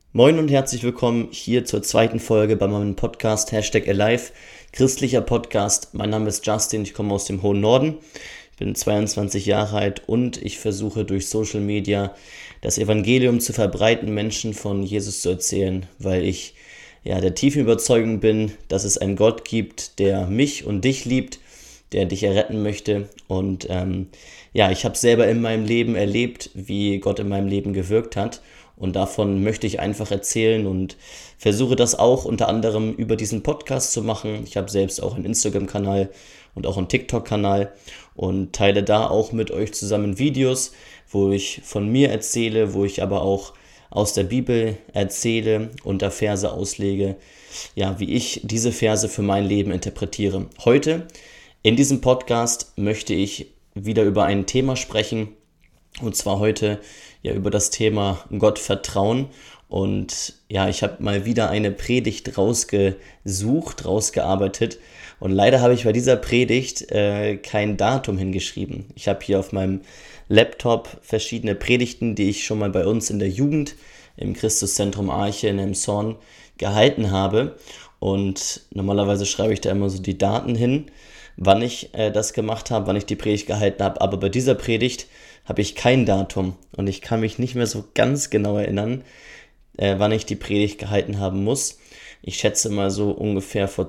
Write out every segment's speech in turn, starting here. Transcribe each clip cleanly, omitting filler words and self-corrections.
Moin und herzlich willkommen hier zur zweiten Folge bei meinem Podcast #Alive, christlicher Podcast. Mein Name ist Justin, ich komme aus dem hohen Norden, ich bin 22 Jahre alt und ich versuche durch Social Media das Evangelium zu verbreiten, Menschen von Jesus zu erzählen, weil ich der tiefen Überzeugung bin, dass es einen Gott gibt, der mich und dich liebt, der dich erretten möchte. Und ich habe selber in meinem Leben erlebt, wie Gott in meinem Leben gewirkt hat. Und davon möchte ich einfach erzählen und versuche das auch unter anderem über diesen Podcast zu machen. Ich habe selbst auch einen Instagram-Kanal und auch einen TikTok-Kanal und teile da auch mit euch zusammen Videos, wo ich von mir erzähle, wo ich aber auch aus der Bibel erzähle und da Verse auslege, wie ich diese Verse für mein Leben interpretiere. Heute in diesem Podcast möchte ich wieder über ein Thema sprechen, und zwar heute über das Thema Gott vertrauen. Und ich habe mal wieder eine Predigt rausgearbeitet. Und leider habe ich bei dieser Predigt kein Datum hingeschrieben. Ich habe hier auf meinem Laptop verschiedene Predigten, die ich schon mal bei uns in der Jugend im Christuszentrum Arche in Elmshorn gehalten habe. Und normalerweise schreibe ich da immer so die Daten hin, wann ich das gemacht habe, wann ich die Predigt gehalten habe. Aber bei dieser Predigt habe ich kein Datum und ich kann mich nicht mehr so ganz genau erinnern, wann ich die Predigt gehalten haben muss. Ich schätze mal so ungefähr vor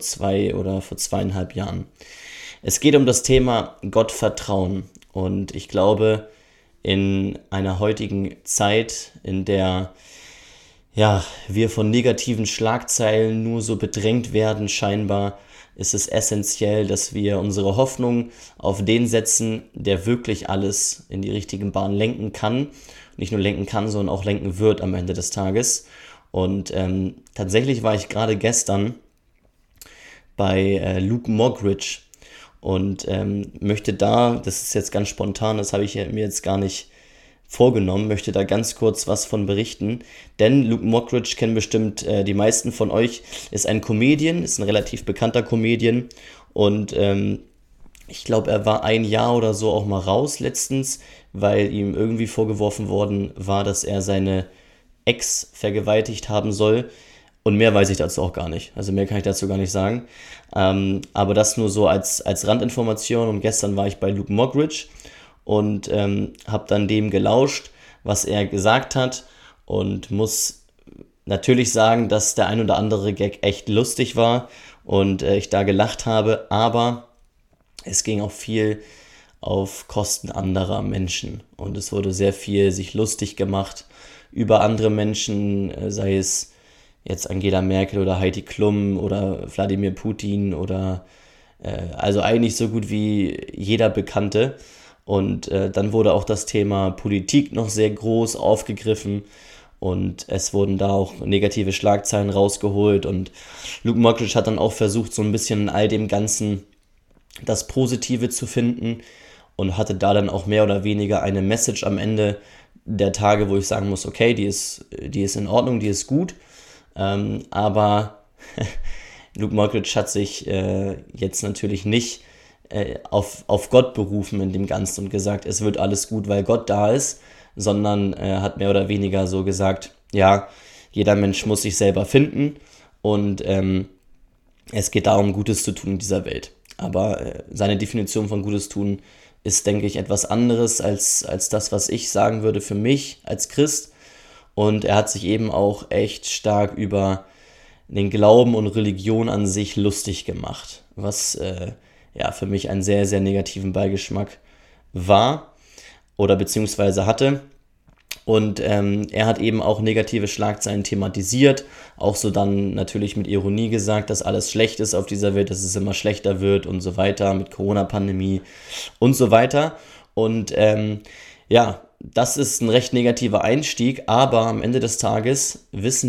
2,5 Jahren. Es geht um das Thema Gottvertrauen und ich glaube, in einer heutigen Zeit, in der wir von negativen Schlagzeilen nur so bedrängt werden scheinbar, ist es essentiell, dass wir unsere Hoffnung auf den setzen, der wirklich alles in die richtigen Bahnen lenken kann. Nicht nur lenken kann, sondern auch lenken wird am Ende des Tages. Und tatsächlich war ich gerade gestern bei Luke Mockridge und möchte da, das ist jetzt ganz spontan, das habe ich mir jetzt gar nicht vorgenommen, möchte da ganz kurz was von berichten, denn Luke Mockridge kennen bestimmt die meisten von euch, ist ein Comedian, ist ein relativ bekannter Comedian und ich glaube, er war ein Jahr oder so auch mal raus letztens, weil ihm irgendwie vorgeworfen worden war, dass er seine Ex vergewaltigt haben soll. Und mehr weiß ich dazu auch gar nicht. Also mehr kann ich dazu gar nicht sagen. Aber das nur so als Randinformation. Und gestern war ich bei Luke Mockridge und habe dann dem gelauscht, was er gesagt hat. Und muss natürlich sagen, dass der ein oder andere Gag echt lustig war und ich da gelacht habe. Aber es ging auch viel auf Kosten anderer Menschen. Und es wurde sehr viel sich lustig gemacht über andere Menschen, sei es jetzt Angela Merkel oder Heidi Klum oder Wladimir Putin oder also eigentlich so gut wie jeder Bekannte. Und dann wurde auch das Thema Politik noch sehr groß aufgegriffen und es wurden da auch negative Schlagzeilen rausgeholt und Luke Mockridge hat dann auch versucht, so ein bisschen in all dem Ganzen das Positive zu finden und hatte da dann auch mehr oder weniger eine Message am Ende der Tage, wo ich sagen muss, okay, die ist in Ordnung, die ist gut, aber Luke Mockridge hat sich jetzt natürlich nicht auf Gott berufen in dem Ganzen und gesagt, es wird alles gut, weil Gott da ist, sondern hat mehr oder weniger so gesagt, jeder Mensch muss sich selber finden und es geht darum, Gutes zu tun in dieser Welt. Aber seine Definition von Gutes tun ist, denke ich, etwas anderes als das, was ich sagen würde für mich als Christ. Und er hat sich eben auch echt stark über den Glauben und Religion an sich lustig gemacht, was für mich einen sehr, sehr negativen Beigeschmack war oder beziehungsweise hatte. Und er hat eben auch negative Schlagzeilen thematisiert, auch so dann natürlich mit Ironie gesagt, dass alles schlecht ist auf dieser Welt, dass es immer schlechter wird und so weiter, mit Corona-Pandemie und so weiter. Und das ist ein recht negativer Einstieg, aber am Ende des Tages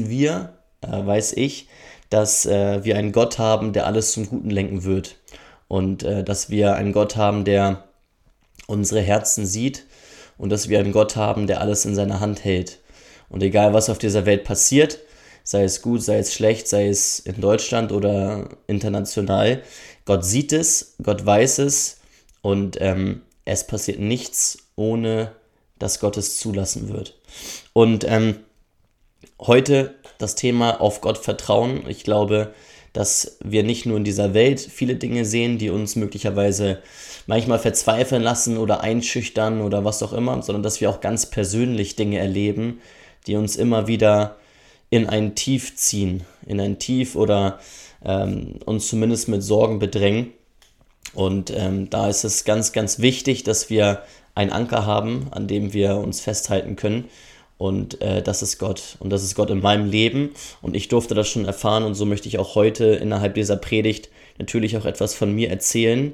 weiß ich, dass wir einen Gott haben, der alles zum Guten lenken wird. Und dass wir einen Gott haben, der unsere Herzen sieht und dass wir einen Gott haben, der alles in seiner Hand hält. Und egal, was auf dieser Welt passiert, sei es gut, sei es schlecht, sei es in Deutschland oder international, Gott sieht es, Gott weiß es und es passiert nichts, ohne dass Gott es zulassen wird. Und heute das Thema auf Gott vertrauen. Ich glaube, dass wir nicht nur in dieser Welt viele Dinge sehen, die uns möglicherweise manchmal verzweifeln lassen oder einschüchtern oder was auch immer, sondern dass wir auch ganz persönlich Dinge erleben, die uns immer wieder in ein Tief ziehen, in ein Tief oder uns zumindest mit Sorgen bedrängen. Und da ist es ganz, ganz wichtig, dass wir einen Anker haben, an dem wir uns festhalten können. Und das ist Gott. Und das ist Gott in meinem Leben. Und ich durfte das schon erfahren. Und so möchte ich auch heute innerhalb dieser Predigt natürlich auch etwas von mir erzählen.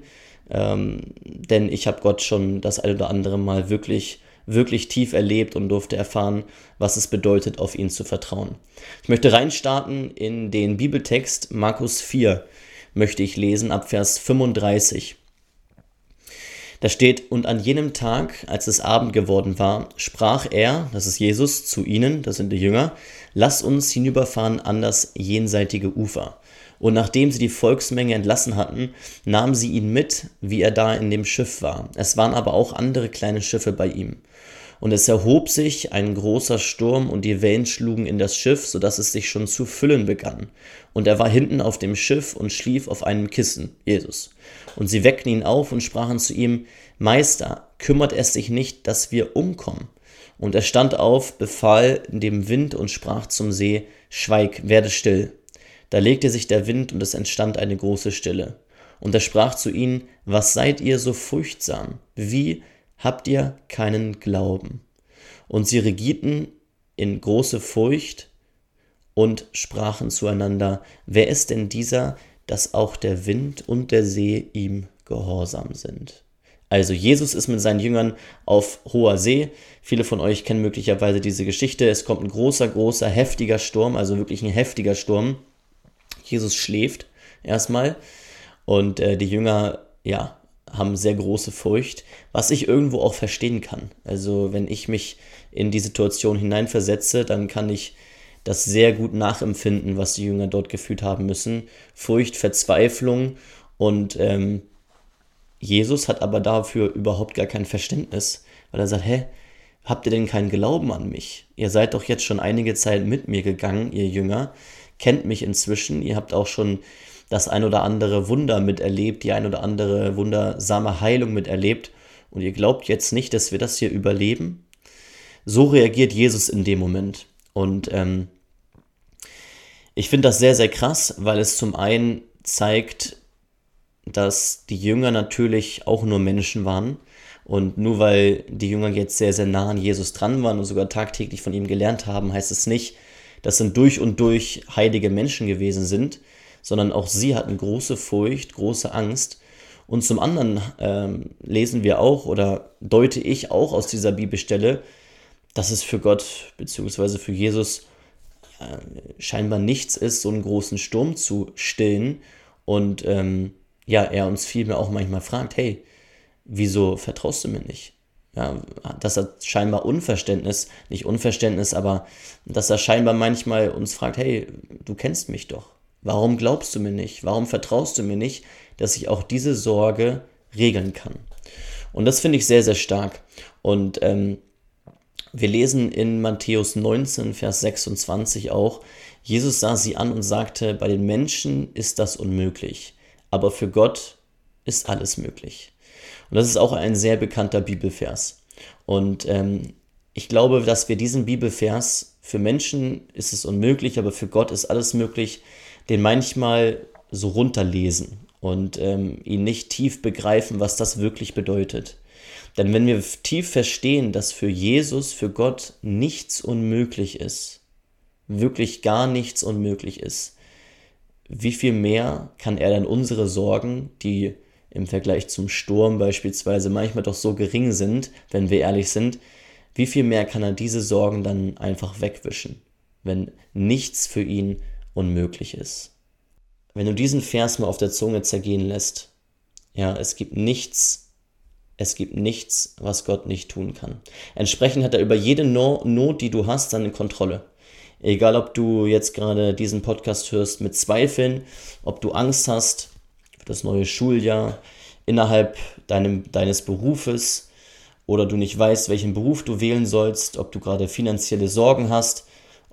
Denn ich habe Gott schon das ein oder andere Mal wirklich, wirklich tief erlebt und durfte erfahren, was es bedeutet, auf ihn zu vertrauen. Ich möchte reinstarten in den Bibeltext Markus 4, möchte ich lesen, ab Vers 35. Da steht: Und an jenem Tag, als es Abend geworden war, sprach er, das ist Jesus, zu ihnen, das sind die Jünger, lasst uns hinüberfahren an das jenseitige Ufer. Und nachdem sie die Volksmenge entlassen hatten, nahmen sie ihn mit, wie er da in dem Schiff war. Es waren aber auch andere kleine Schiffe bei ihm. Und es erhob sich ein großer Sturm und die Wellen schlugen in das Schiff, sodass es sich schon zu füllen begann. Und er war hinten auf dem Schiff und schlief auf einem Kissen, Jesus. Und sie weckten ihn auf und sprachen zu ihm: Meister, kümmert es dich nicht, dass wir umkommen? Und er stand auf, befahl dem Wind und sprach zum See: Schweig, werde still. Da legte sich der Wind und es entstand eine große Stille. Und er sprach zu ihnen: Was seid ihr so furchtsam? Wie habt ihr keinen Glauben? Und sie gerieten in große Furcht und sprachen zueinander: Wer ist denn dieser, dass auch der Wind und der See ihm gehorsam sind? Also Jesus ist mit seinen Jüngern auf hoher See. Viele von euch kennen möglicherweise diese Geschichte. Es kommt ein großer, heftiger Sturm, also wirklich ein heftiger Sturm. Jesus schläft erstmal und die Jünger, haben sehr große Furcht, was ich irgendwo auch verstehen kann. Also wenn ich mich in die Situation hineinversetze, dann kann ich das sehr gut nachempfinden, was die Jünger dort gefühlt haben müssen. Furcht, Verzweiflung und Jesus hat aber dafür überhaupt gar kein Verständnis, weil er sagt: Habt ihr denn keinen Glauben an mich? Ihr seid doch jetzt schon einige Zeit mit mir gegangen, ihr Jünger, kennt mich inzwischen, ihr habt auch schon das ein oder andere Wunder miterlebt, die ein oder andere wundersame Heilung miterlebt und ihr glaubt jetzt nicht, dass wir das hier überleben? So reagiert Jesus in dem Moment. Und ich finde das sehr, sehr krass, weil es zum einen zeigt, dass die Jünger natürlich auch nur Menschen waren. Und nur weil die Jünger jetzt sehr, sehr nah an Jesus dran waren und sogar tagtäglich von ihm gelernt haben, heißt es nicht, dass sie durch und durch heilige Menschen gewesen sind, sondern auch sie hatten große Furcht, große Angst. Und zum anderen lesen wir auch oder deute ich auch aus dieser Bibelstelle, dass es für Gott bzw. für Jesus scheinbar nichts ist, so einen großen Sturm zu stillen. Und er uns vielmehr auch manchmal fragt: Hey, wieso vertraust du mir nicht? Ja, dass er scheinbar aber dass er scheinbar manchmal uns fragt: Hey, du kennst mich doch. Warum glaubst du mir nicht? Warum vertraust du mir nicht, dass ich auch diese Sorge regeln kann? Und das finde ich sehr, sehr stark. Und wir lesen in Matthäus 19, Vers 26 auch: Jesus sah sie an und sagte: Bei den Menschen ist das unmöglich, aber für Gott ist alles möglich. Und das ist auch ein sehr bekannter Bibelvers. Und ich glaube, dass wir diesen Bibelvers, für Menschen ist es unmöglich, aber für Gott ist alles möglich, den manchmal so runterlesen und ihn nicht tief begreifen, was das wirklich bedeutet. Denn wenn wir tief verstehen, dass für Jesus, für Gott nichts unmöglich ist, wirklich gar nichts unmöglich ist, wie viel mehr kann er dann unsere Sorgen, die im Vergleich zum Sturm beispielsweise manchmal doch so gering sind, wenn wir ehrlich sind, wie viel mehr kann er diese Sorgen dann einfach wegwischen, wenn nichts für ihn unmöglich ist. Wenn du diesen Vers mal auf der Zunge zergehen lässt, es gibt nichts, was Gott nicht tun kann. Entsprechend hat er über jede Not, die du hast, seine Kontrolle. Egal, ob du jetzt gerade diesen Podcast hörst mit Zweifeln, ob du Angst hast für das neue Schuljahr, innerhalb deines Berufes oder du nicht weißt, welchen Beruf du wählen sollst, ob du gerade finanzielle Sorgen hast,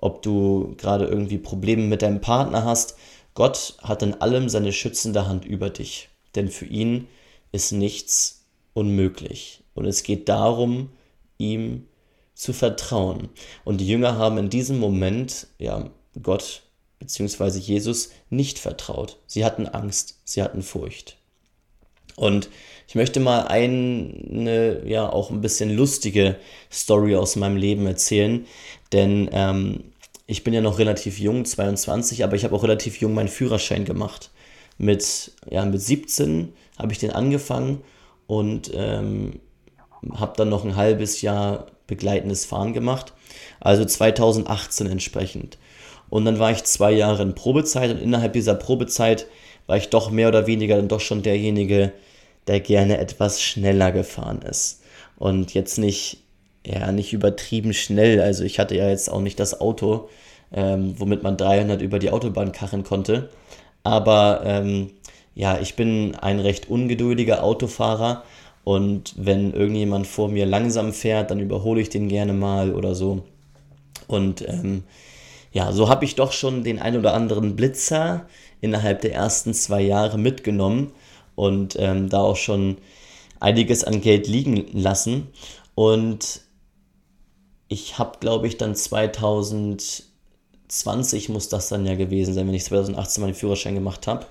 ob du gerade irgendwie Probleme mit deinem Partner hast. Gott hat in allem seine schützende Hand über dich, denn für ihn ist nichts unmöglich. Und es geht darum, ihm zu vertrauen. Und die Jünger haben in diesem Moment, ja, Gott bzw. Jesus nicht vertraut. Sie hatten Angst, sie hatten Furcht. Und ich möchte mal eine, ja, auch ein bisschen lustige Story aus meinem Leben erzählen, denn ich bin ja noch relativ jung, 22, aber ich habe auch relativ jung meinen Führerschein gemacht. Mit 17 habe ich den angefangen und habe dann noch ein halbes Jahr begleitendes Fahren gemacht, also 2018 entsprechend. Und dann war ich 2 Jahre in Probezeit und innerhalb dieser Probezeit war ich doch mehr oder weniger dann doch schon derjenige, der gerne etwas schneller gefahren ist. Und jetzt nicht übertrieben schnell. Also ich hatte ja jetzt auch nicht das Auto, womit man 300 über die Autobahn kacheln konnte. Aber ich bin ein recht ungeduldiger Autofahrer. Und wenn irgendjemand vor mir langsam fährt, dann überhole ich den gerne mal oder so. Und so habe ich doch schon den ein oder anderen Blitzer innerhalb der ersten 2 Jahre mitgenommen und da auch schon einiges an Geld liegen lassen. Und ich habe, glaube ich, dann 2020 muss das dann ja gewesen sein, wenn ich 2018 meinen Führerschein gemacht habe.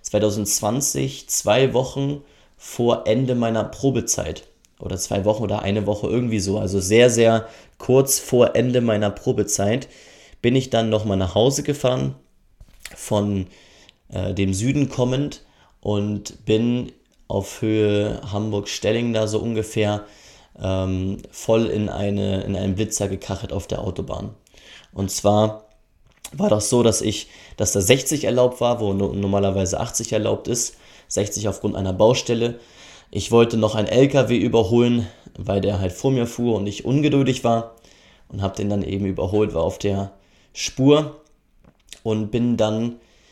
2020, 2 Wochen vor Ende meiner Probezeit. Oder 2 Wochen oder eine Woche, irgendwie so. Also sehr, sehr kurz vor Ende meiner Probezeit bin ich dann nochmal nach Hause gefahren, von dem Süden kommend, und bin auf Höhe Hamburg-Stelling da so ungefähr voll in einen Blitzer gekachelt auf der Autobahn. Und zwar war das so, dass da 60 erlaubt war, wo normalerweise 80 erlaubt ist. 60 aufgrund einer Baustelle. Ich wollte noch einen LKW überholen, weil der halt vor mir fuhr und ich ungeduldig war, und habe den dann eben überholt, war auf der Spur und bin dann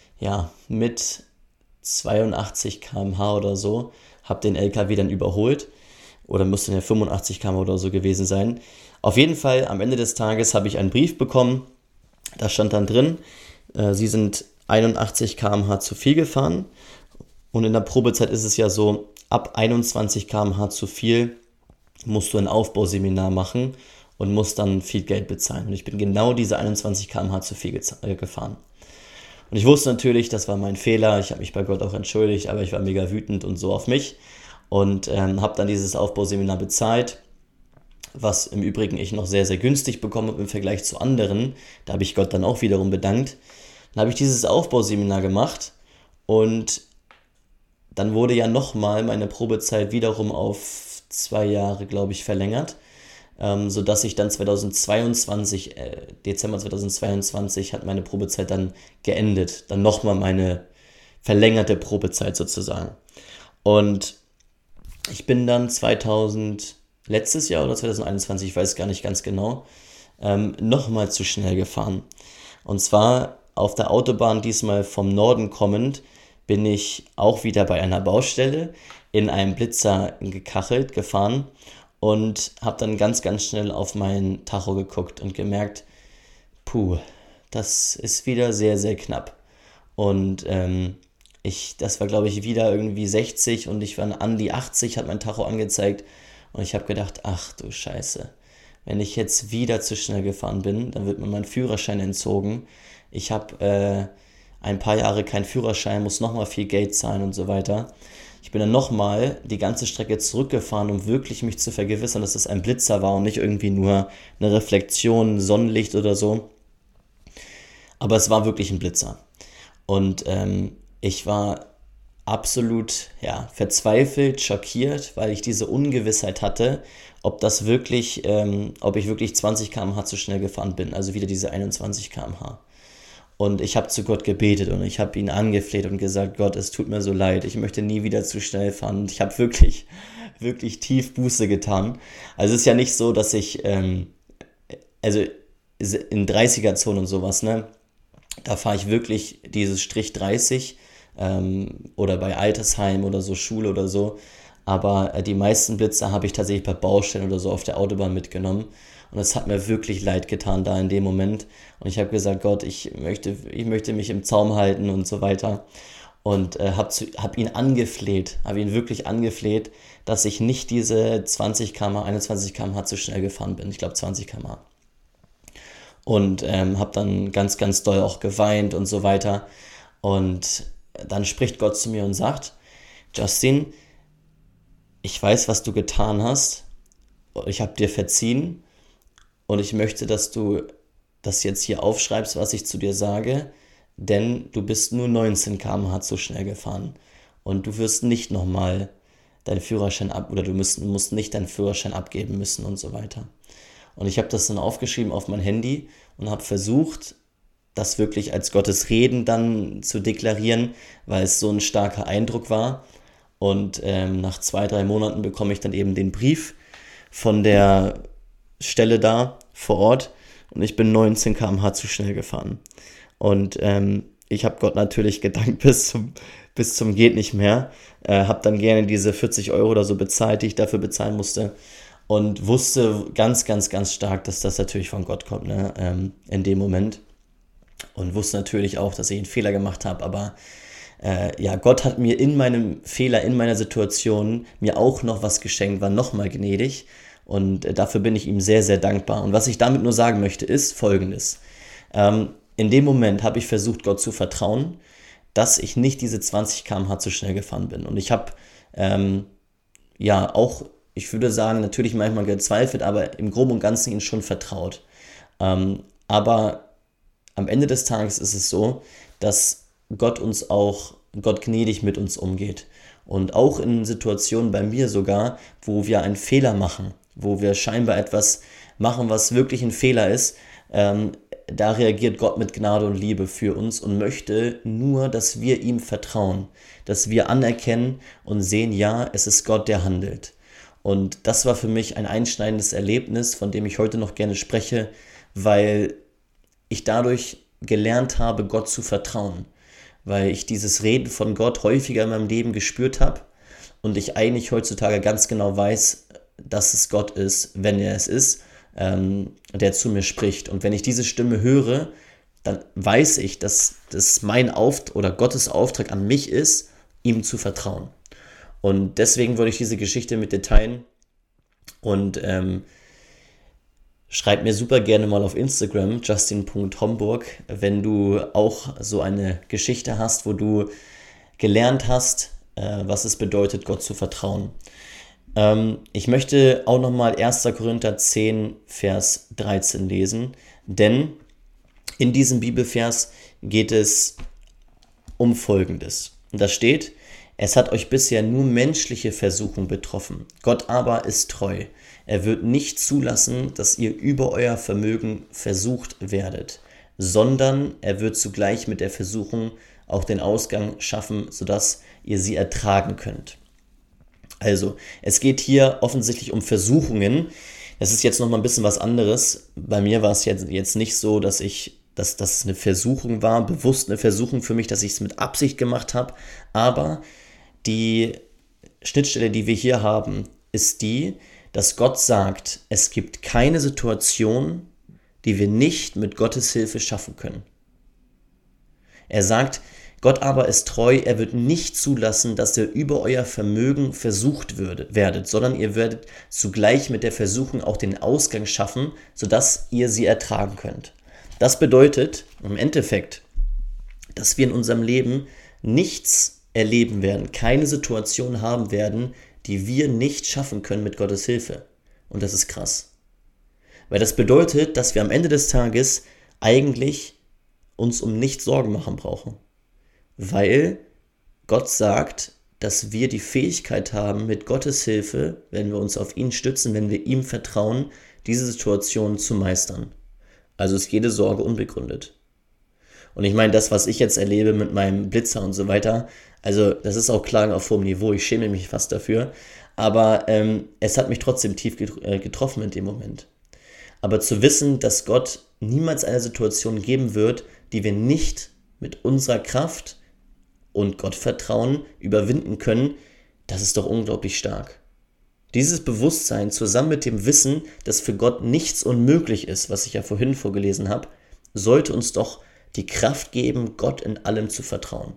mit 82 km/h oder so, habe den LKW dann überholt, oder müsste ja 85 km oder so gewesen sein. Auf jeden Fall, am Ende des Tages habe ich einen Brief bekommen, da stand dann drin, Sie sind 81 km/h zu viel gefahren, und in der Probezeit ist es ja so, ab 21 km/h zu viel musst du ein Aufbauseminar machen und musst dann viel Geld bezahlen. Und ich bin genau diese 21 km/h zu viel gefahren. Und ich wusste natürlich, das war mein Fehler, ich habe mich bei Gott auch entschuldigt, aber ich war mega wütend und so auf mich und habe dann dieses Aufbauseminar bezahlt, was im Übrigen ich noch sehr, sehr günstig bekommen habe im Vergleich zu anderen. Da habe ich Gott dann auch wiederum bedankt. Dann habe ich dieses Aufbauseminar gemacht und dann wurde ja nochmal meine Probezeit wiederum auf 2 Jahre, glaube ich, verlängert, sodass ich dann Dezember 2022 hat meine Probezeit dann geendet. Dann nochmal meine verlängerte Probezeit sozusagen. Und ich bin dann letztes Jahr oder 2021, ich weiß gar nicht ganz genau, nochmal zu schnell gefahren. Und zwar auf der Autobahn, diesmal vom Norden kommend, bin ich auch wieder bei einer Baustelle in einem Blitzer gefahren und habe dann ganz, ganz schnell auf meinen Tacho geguckt und gemerkt, das ist wieder sehr, sehr knapp. Und das war, glaube ich, wieder irgendwie 60 und ich war an die 80, hat mein Tacho angezeigt. Und ich habe gedacht, ach du Scheiße, wenn ich jetzt wieder zu schnell gefahren bin, dann wird mir mein Führerschein entzogen. Ich habe ein paar Jahre keinen Führerschein, muss nochmal viel Geld zahlen und so weiter. Ich bin dann nochmal die ganze Strecke zurückgefahren, um wirklich mich zu vergewissern, dass es ein Blitzer war und nicht irgendwie nur eine Reflexion, Sonnenlicht oder so. Aber es war wirklich ein Blitzer. Und ich war absolut verzweifelt, schockiert, weil ich diese Ungewissheit hatte, ob ich wirklich 20 km/h zu schnell gefahren bin, also wieder diese 21 km/h. Und ich habe zu Gott gebetet und ich habe ihn angefleht und gesagt, Gott, es tut mir so leid, ich möchte nie wieder zu schnell fahren. Und ich habe wirklich, wirklich tief Buße getan. Also es ist ja nicht so, dass ich, in 30er-Zonen und sowas, ne, da fahre ich wirklich dieses Strich 30 oder bei Altersheim oder so, Schule oder so. Aber die meisten Blitzer habe ich tatsächlich bei Baustellen oder so auf der Autobahn mitgenommen. Und es hat mir wirklich leid getan da in dem Moment. Und ich habe gesagt, Gott, ich möchte mich im Zaum halten und so weiter. Und hab ihn angefleht, habe ihn wirklich angefleht, dass ich nicht diese 20 km/h, 21 km/h zu schnell gefahren bin. Ich glaube 20 km/h. Und habe dann ganz, ganz doll auch geweint und so weiter. Und dann spricht Gott zu mir und sagt, Justin, ich weiß, was du getan hast. Ich habe dir verziehen und ich möchte, dass du das jetzt hier aufschreibst, was ich zu dir sage, denn du bist nur 19 km/h zu schnell gefahren und du wirst nicht nochmal deinen Führerschein musst nicht deinen Führerschein abgeben müssen und so weiter. Und ich habe das dann aufgeschrieben auf mein Handy und habe versucht, das wirklich als Gottes Reden dann zu deklarieren, weil es so ein starker Eindruck war. Und nach 2-3 Monaten bekomme ich dann eben den Brief von der Stelle da vor Ort und ich bin 19 km/h zu schnell gefahren. Und ich habe Gott natürlich gedankt bis zum geht nicht mehr. Habe dann gerne diese 40 Euro oder so bezahlt, die ich dafür bezahlen musste. Und wusste ganz, ganz, ganz stark, dass das natürlich von Gott kommt, ne? In dem Moment. Und wusste natürlich auch, dass ich einen Fehler gemacht habe, aber Gott hat mir in meinem Fehler, in meiner Situation mir auch noch was geschenkt, war nochmal gnädig und dafür bin ich ihm sehr, sehr dankbar. Und was ich damit nur sagen möchte, ist Folgendes. In dem Moment habe ich versucht, Gott zu vertrauen, dass ich nicht diese 20 km/h zu schnell gefahren bin. Und ich habe auch, ich würde sagen, natürlich manchmal gezweifelt, aber im Groben und Ganzen ihm schon vertraut. Aber am Ende des Tages ist es so, dass Gott gnädig mit uns umgeht. Und auch in Situationen bei mir sogar, wo wir einen Fehler machen, wo wir scheinbar etwas machen, was wirklich ein Fehler ist, da reagiert Gott mit Gnade und Liebe für uns und möchte nur, dass wir ihm vertrauen, dass wir anerkennen und sehen, ja, es ist Gott, der handelt. Und das war für mich ein einschneidendes Erlebnis, von dem ich heute noch gerne spreche, weil ich dadurch gelernt habe, Gott zu vertrauen. Weil ich dieses Reden von Gott häufiger in meinem Leben gespürt habe und ich eigentlich heutzutage ganz genau weiß, dass es Gott ist, wenn er es ist, der zu mir spricht. Und wenn ich diese Stimme höre, dann weiß ich, dass das Gottes Auftrag an mich ist, ihm zu vertrauen. Und deswegen wollte ich diese Geschichte mit dir teilen und schreib mir super gerne mal auf Instagram, justin.homburg, wenn du auch so eine Geschichte hast, wo du gelernt hast, was es bedeutet, Gott zu vertrauen. Ich möchte auch nochmal 1. Korinther 10, Vers 13 lesen, denn in diesem Bibelvers geht es um Folgendes. Und da steht, es hat euch bisher nur menschliche Versuchung betroffen. Gott aber ist treu. Er wird nicht zulassen, dass ihr über euer Vermögen versucht werdet, sondern er wird zugleich mit der Versuchung auch den Ausgang schaffen, sodass ihr sie ertragen könnt. Also, es geht hier offensichtlich um Versuchungen. Das ist jetzt nochmal ein bisschen was anderes. Bei mir war es jetzt nicht so, dass das eine Versuchung war, bewusst eine Versuchung für mich, dass ich es mit Absicht gemacht habe. Aber die Schnittstelle, die wir hier haben, ist die, dass Gott sagt, es gibt keine Situation, die wir nicht mit Gottes Hilfe schaffen können. Er sagt, Gott aber ist treu, er wird nicht zulassen, dass ihr über euer Vermögen versucht werdet, sondern ihr werdet zugleich mit der Versuchung auch den Ausgang schaffen, sodass ihr sie ertragen könnt. Das bedeutet im Endeffekt, dass wir in unserem Leben nichts erleben werden, keine Situation haben werden, die wir nicht schaffen können mit Gottes Hilfe. Und das ist krass. Weil das bedeutet, dass wir am Ende des Tages eigentlich uns um nichts Sorgen machen brauchen. Weil Gott sagt, dass wir die Fähigkeit haben, mit Gottes Hilfe, wenn wir uns auf ihn stützen, wenn wir ihm vertrauen, diese Situation zu meistern. Also ist jede Sorge unbegründet. Und ich meine, das, was ich jetzt erlebe mit meinem Blitzer und so weiter, also das ist auch Klagen auf hohem Niveau, ich schäme mich fast dafür, aber es hat mich trotzdem tief getroffen in dem Moment. Aber zu wissen, dass Gott niemals eine Situation geben wird, die wir nicht mit unserer Kraft und Gottvertrauen überwinden können, das ist doch unglaublich stark. Dieses Bewusstsein zusammen mit dem Wissen, dass für Gott nichts unmöglich ist, was ich ja vorhin vorgelesen habe, sollte uns doch die Kraft geben, Gott in allem zu vertrauen.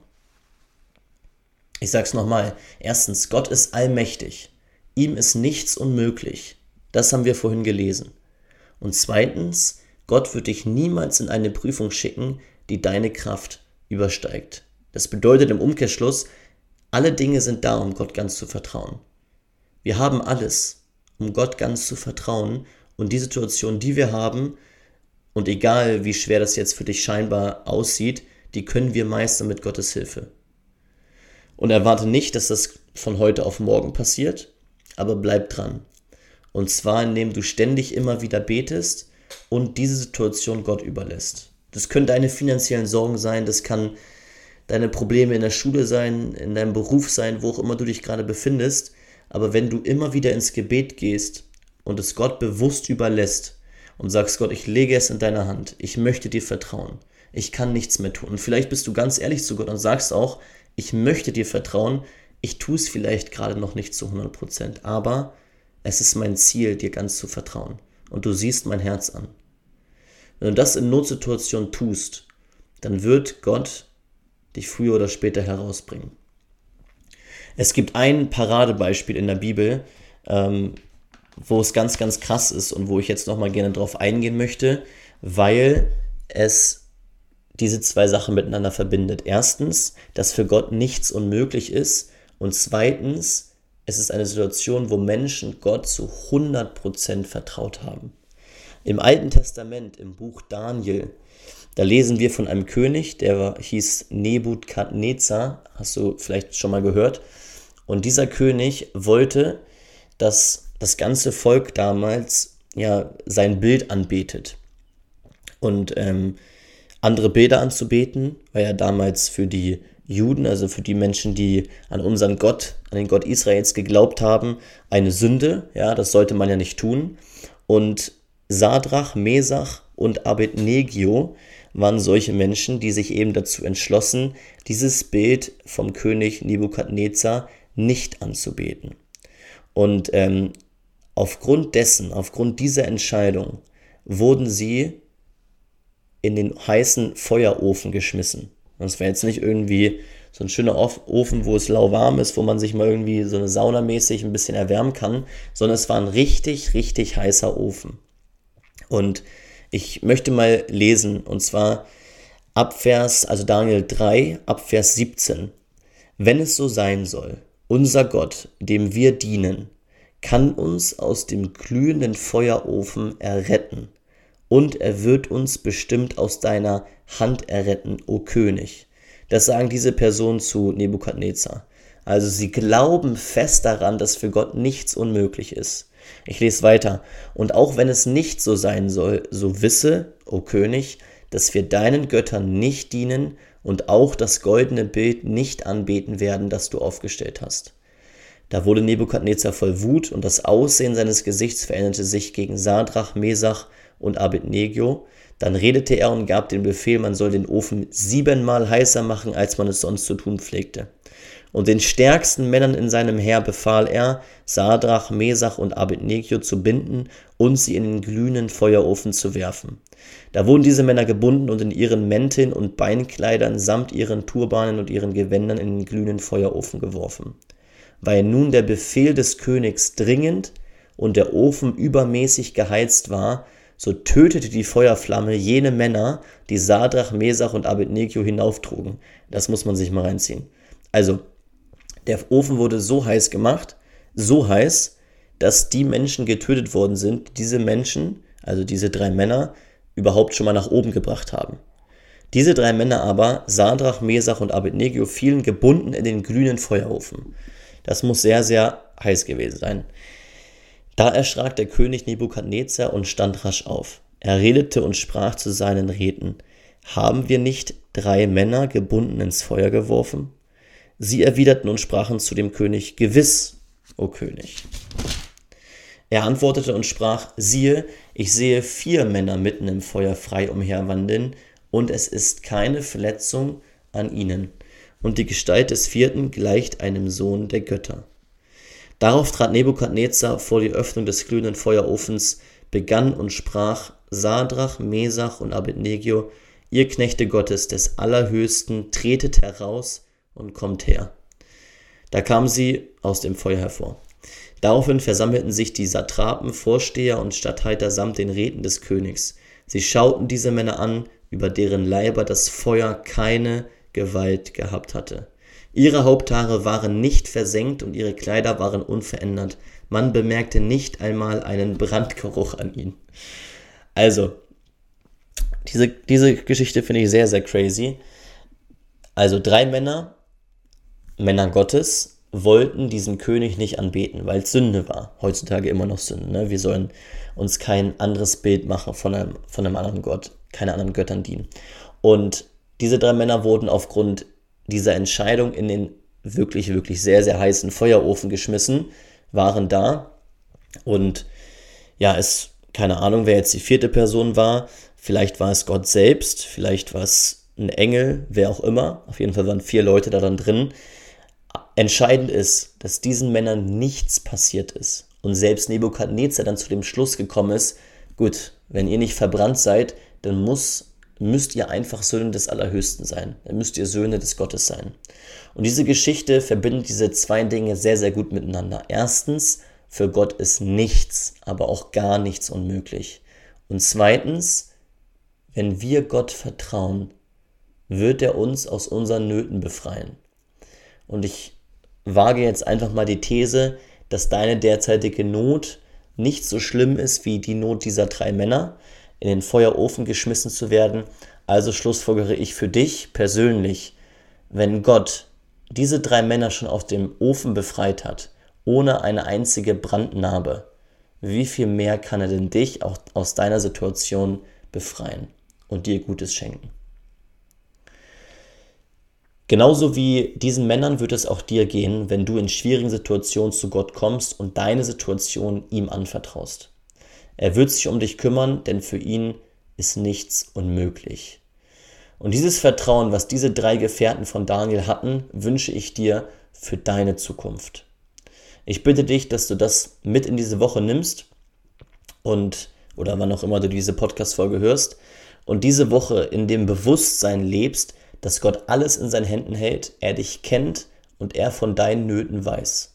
Ich sage es nochmal. Erstens, Gott ist allmächtig. Ihm ist nichts unmöglich. Das haben wir vorhin gelesen. Und zweitens, Gott wird dich niemals in eine Prüfung schicken, die deine Kraft übersteigt. Das bedeutet im Umkehrschluss, alle Dinge sind da, um Gott ganz zu vertrauen. Wir haben alles, um Gott ganz zu vertrauen, und die Situation, die wir haben, und egal wie schwer das jetzt für dich scheinbar aussieht, die können wir meistern mit Gottes Hilfe. Und erwarte nicht, dass das von heute auf morgen passiert, aber bleib dran. Und zwar, indem du ständig immer wieder betest und diese Situation Gott überlässt. Das können deine finanziellen Sorgen sein, das kann deine Probleme in der Schule sein, in deinem Beruf sein, wo auch immer du dich gerade befindest. Aber wenn du immer wieder ins Gebet gehst und es Gott bewusst überlässt und sagst, Gott, ich lege es in deine Hand, ich möchte dir vertrauen, ich kann nichts mehr tun. Und vielleicht bist du ganz ehrlich zu Gott und sagst auch, ich möchte dir vertrauen, ich tue es vielleicht gerade noch nicht zu 100%, aber es ist mein Ziel, dir ganz zu vertrauen. Und du siehst mein Herz an. Wenn du das in Notsituationen tust, dann wird Gott dich früher oder später herausbringen. Es gibt ein Paradebeispiel in der Bibel, wo es ganz, ganz krass ist und wo ich jetzt nochmal gerne drauf eingehen möchte, weil es diese zwei Sachen miteinander verbindet. Erstens, dass für Gott nichts unmöglich ist, und zweitens, es ist eine Situation, wo Menschen Gott zu 100% vertraut haben. Im Alten Testament, im Buch Daniel, da lesen wir von einem König, der hieß Nebukadnezar, hast du vielleicht schon mal gehört. Und dieser König wollte, dass das ganze Volk damals sein Bild anbetet. Und andere Bilder anzubeten, war ja damals für die Juden, also für die Menschen, die an unseren Gott, an den Gott Israels geglaubt haben, eine Sünde. Ja, das sollte man ja nicht tun. Und Sadrach, Mesach und Abednego waren solche Menschen, die sich eben dazu entschlossen, dieses Bild vom König Nebukadnezar nicht anzubeten. Und aufgrund dieser Entscheidung wurden sie in den heißen Feuerofen geschmissen. Das war jetzt nicht irgendwie so ein schöner Ofen, wo es lauwarm ist, wo man sich mal irgendwie so eine Saunamäßig ein bisschen erwärmen kann, sondern es war ein richtig, richtig heißer Ofen. Und ich möchte mal lesen, und zwar Daniel 3, ab Vers 17. Wenn es so sein soll, unser Gott, dem wir dienen, kann uns aus dem glühenden Feuerofen erretten. Und er wird uns bestimmt aus deiner Hand erretten, o König. Das sagen diese Personen zu Nebukadnezar. Also sie glauben fest daran, dass für Gott nichts unmöglich ist. Ich lese weiter. Und auch wenn es nicht so sein soll, so wisse, o König, dass wir deinen Göttern nicht dienen und auch das goldene Bild nicht anbeten werden, das du aufgestellt hast. Da wurde Nebukadnezar voll Wut und das Aussehen seines Gesichts veränderte sich gegen Sadrach, Mesach und Abednego. Dann redete er und gab den Befehl, man soll den Ofen 7-mal heißer machen, als man es sonst zu tun pflegte. Und den stärksten Männern in seinem Heer befahl er, Sadrach, Mesach und Abednego zu binden und sie in den glühenden Feuerofen zu werfen. Da wurden diese Männer gebunden und in ihren Mänteln und Beinkleidern samt ihren Turbanen und ihren Gewändern in den glühenden Feuerofen geworfen. Weil nun der Befehl des Königs dringend und der Ofen übermäßig geheizt war, so tötete die Feuerflamme jene Männer, die Sadrach, Mesach und Abednego hinauftrugen. Das muss man sich mal reinziehen. Also, der Ofen wurde so heiß gemacht, so heiß, dass die Menschen getötet worden sind, diese Menschen, also diese 3 Männer, überhaupt schon mal nach oben gebracht haben. Diese 3 Männer aber, Sadrach, Mesach und Abednego, fielen gebunden in den glühenden Feuerofen. Das muss sehr, sehr heiß gewesen sein. Da erschrak der König Nebukadnezar und stand rasch auf. Er redete und sprach zu seinen Räten: Haben wir nicht 3 Männer gebunden ins Feuer geworfen? Sie erwiderten und sprachen zu dem König: Gewiss, o König. Er antwortete und sprach: Siehe, ich sehe 4 Männer mitten im Feuer frei umherwandeln, und es ist keine Verletzung an ihnen. Und die Gestalt des 4. gleicht einem Sohn der Götter. Darauf trat Nebukadnezar vor die Öffnung des glühenden Feuerofens, begann und sprach: Sadrach, Mesach und Abednego, ihr Knechte Gottes des Allerhöchsten, tretet heraus und kommt her. Da kamen sie aus dem Feuer hervor. Daraufhin versammelten sich die Satrapen, Vorsteher und Statthalter samt den Räten des Königs. Sie schauten diese Männer an, über deren Leiber das Feuer keine Gewalt gehabt hatte. Ihre Haupthaare waren nicht versengt und ihre Kleider waren unverändert. Man bemerkte nicht einmal einen Brandgeruch an ihnen. Also, diese Geschichte finde ich sehr, sehr crazy. Also 3 Männer Gottes, wollten diesen König nicht anbeten, weil es Sünde war. Heutzutage immer noch Sünde. Ne? Wir sollen uns kein anderes Bild machen von einem anderen Gott, keine anderen Göttern dienen. Und diese 3 Männer wurden aufgrund dieser Entscheidung in den wirklich, wirklich sehr, sehr heißen Feuerofen geschmissen, waren da. Und ja, keine Ahnung, wer jetzt die 4. Person war. Vielleicht war es Gott selbst, vielleicht war es ein Engel, wer auch immer. Auf jeden Fall waren 4 Leute da dann drin. Entscheidend ist, dass diesen Männern nichts passiert ist. Und selbst Nebukadnezar dann zu dem Schluss gekommen ist, gut, wenn ihr nicht verbrannt seid, dann müsst ihr einfach Söhne des Allerhöchsten sein. Dann müsst ihr Söhne des Gottes sein. Und diese Geschichte verbindet diese 2 Dinge sehr, sehr gut miteinander. Erstens, für Gott ist nichts, aber auch gar nichts unmöglich. Und zweitens, wenn wir Gott vertrauen, wird er uns aus unseren Nöten befreien. Und ich wage jetzt einfach mal die These, dass deine derzeitige Not nicht so schlimm ist wie die Not dieser 3 Männer, in den Feuerofen geschmissen zu werden. Also schlussfolgere ich für dich persönlich, wenn Gott diese 3 Männer schon aus dem Ofen befreit hat, ohne eine einzige Brandnarbe, wie viel mehr kann er denn dich auch aus deiner Situation befreien und dir Gutes schenken? Genauso wie diesen Männern wird es auch dir gehen, wenn du in schwierigen Situationen zu Gott kommst und deine Situation ihm anvertraust. Er wird sich um dich kümmern, denn für ihn ist nichts unmöglich. Und dieses Vertrauen, was diese 3 Gefährten von Daniel hatten, wünsche ich dir für deine Zukunft. Ich bitte dich, dass du das mit in diese Woche nimmst oder wann auch immer du diese Podcast-Folge hörst und diese Woche in dem Bewusstsein lebst, dass Gott alles in seinen Händen hält, er dich kennt und er von deinen Nöten weiß.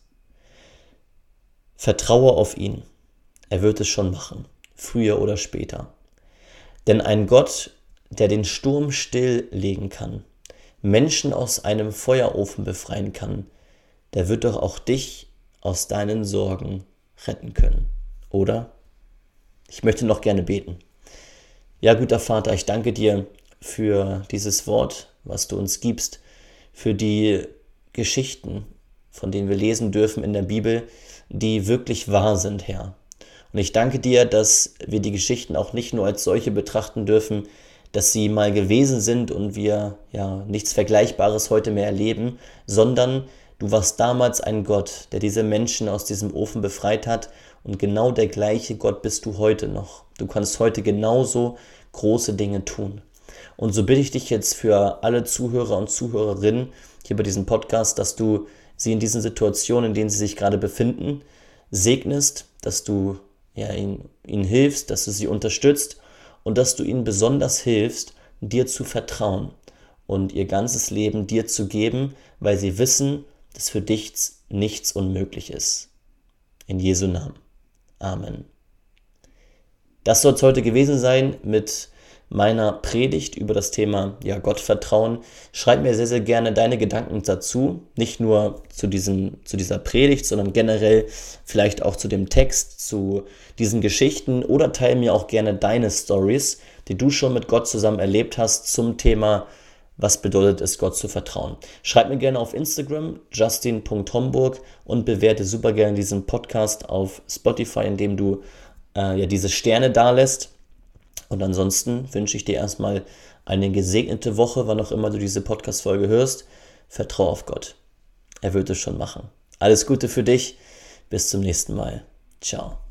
Vertraue auf ihn. Er wird es schon machen, früher oder später. Denn ein Gott, der den Sturm stilllegen kann, Menschen aus einem Feuerofen befreien kann, der wird doch auch dich aus deinen Sorgen retten können, oder? Ich möchte noch gerne beten. Ja, guter Vater, ich danke dir für dieses Wort, was du uns gibst, für die Geschichten, von denen wir lesen dürfen in der Bibel, die wirklich wahr sind, Herr. Und ich danke dir, dass wir die Geschichten auch nicht nur als solche betrachten dürfen, dass sie mal gewesen sind und wir nichts Vergleichbares heute mehr erleben, sondern du warst damals ein Gott, der diese Menschen aus diesem Ofen befreit hat und genau der gleiche Gott bist du heute noch. Du kannst heute genauso große Dinge tun. Und so bitte ich dich jetzt für alle Zuhörer und Zuhörerinnen hier bei diesem Podcast, dass du sie in diesen Situationen, in denen sie sich gerade befinden, segnest, dass du ihnen hilfst, dass du sie unterstützt und dass du ihnen besonders hilfst, dir zu vertrauen und ihr ganzes Leben dir zu geben, weil sie wissen, dass für dich nichts unmöglich ist. In Jesu Namen. Amen. Das soll es heute gewesen sein mit meiner Predigt über das Thema Gottvertrauen. Schreib mir sehr, sehr gerne deine Gedanken dazu, nicht nur zu dieser Predigt, sondern generell vielleicht auch zu dem Text, zu diesen Geschichten oder teile mir auch gerne deine Stories, die du schon mit Gott zusammen erlebt hast zum Thema, was bedeutet es, Gott zu vertrauen. Schreib mir gerne auf Instagram, justin.homburg und bewerte super gerne diesen Podcast auf Spotify, indem du diese Sterne dalässt. Und ansonsten wünsche ich dir erstmal eine gesegnete Woche, wann auch immer du diese Podcast-Folge hörst. Vertrau auf Gott. Er wird es schon machen. Alles Gute für dich. Bis zum nächsten Mal. Ciao.